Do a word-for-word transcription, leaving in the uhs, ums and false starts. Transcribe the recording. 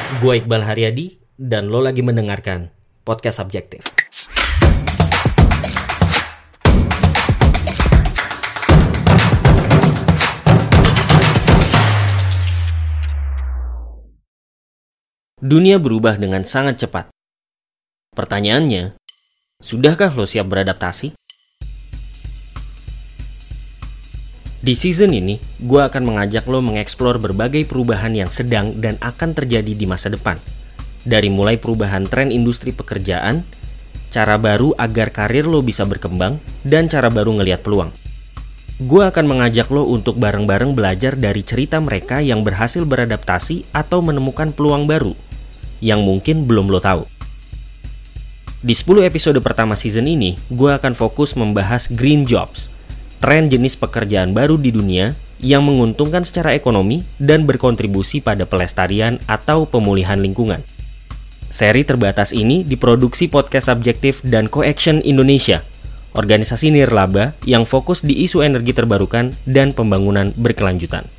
Gue Iqbal Haryadi, dan lo lagi mendengarkan Podcast Subjektif. Dunia berubah dengan sangat cepat. Pertanyaannya, sudahkah lo siap beradaptasi? Di season ini, gue akan mengajak lo mengeksplor berbagai perubahan yang sedang dan akan terjadi di masa depan. Dari mulai perubahan tren industri pekerjaan, cara baru agar karir lo bisa berkembang, dan cara baru ngelihat peluang. Gue akan mengajak lo untuk bareng-bareng belajar dari cerita mereka yang berhasil beradaptasi atau menemukan peluang baru, yang mungkin belum lo tahu. Di sepuluh episode pertama season ini, gue akan fokus membahas green jobs, tren jenis pekerjaan baru di dunia yang menguntungkan secara ekonomi dan berkontribusi pada pelestarian atau pemulihan lingkungan. Seri terbatas ini diproduksi Podcast Subjektif dan Coaction Indonesia, organisasi nirlaba yang fokus di isu energi terbarukan dan pembangunan berkelanjutan.